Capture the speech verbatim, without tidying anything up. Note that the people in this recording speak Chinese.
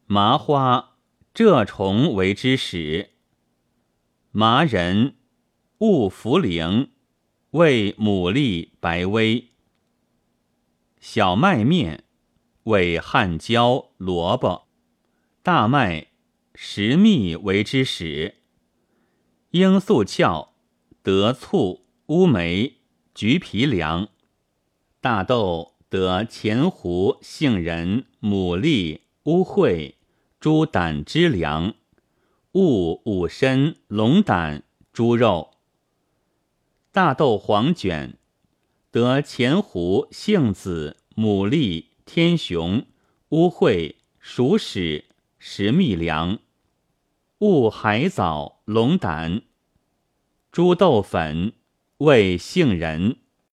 麻花、蛰虫为之始。麻仁、戊茯苓为牡蛎、白薇。小麦面为汉椒、萝卜。大麦、石蜜为之始。罂粟壳、得醋、乌梅、橘皮凉。大豆得前胡、杏仁、牡蛎、乌会、猪胆汁凉。戊五参、龙胆、猪肉。大豆黄卷得前胡、杏子、牡蛎、天雄、乌会、熟屎、石蜜凉。戊海藻、龙胆。猪豆粉为杏仁。